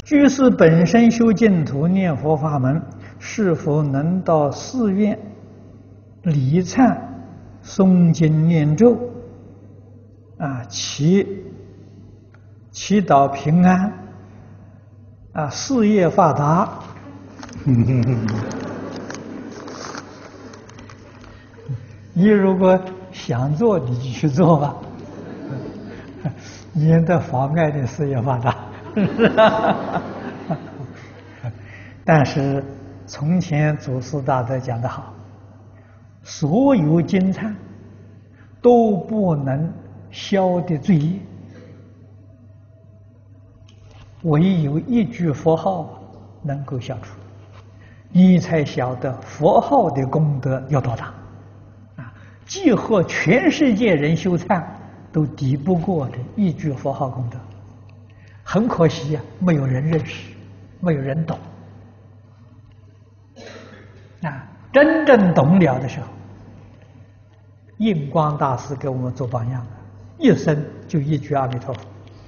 居士本身修净土念佛法门，是否能到寺院礼忏、诵经念咒祈祷平安事业发达？你如果想做，你就去做吧，免得妨碍你事业发达。但是从前祖师大德讲得好，所有经忏都不能消的罪业，唯有一句佛号能够消除，你才晓得佛号的功德有多大即和全世界人修忏都抵不过的一句佛号功德。很可惜没有人认识，没有人懂真正懂了的时候，印光大师给我们做榜样，一生就一句阿弥陀佛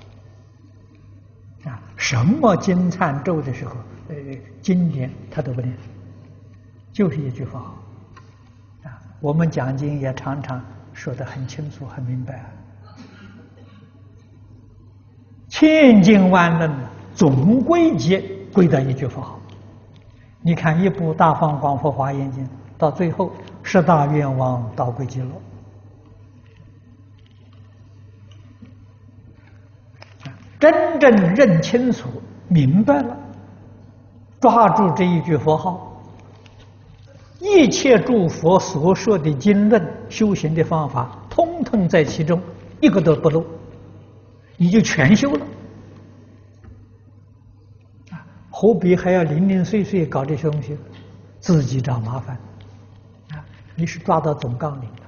什么经忏咒的时候经典他都不念，就是一句佛号我们讲经也常常说得很清楚很明白千经万论总归结归到一句佛号。你看一部《大放广佛华严经》，到最后十大愿望导归极乐，真正认清楚明白了，抓住这一句佛号，一切诸佛所说的经论修行的方法通通在其中，一个都不漏，你就全修了何必还要零零碎碎搞这些东西，自己找麻烦你是抓到总纲领的。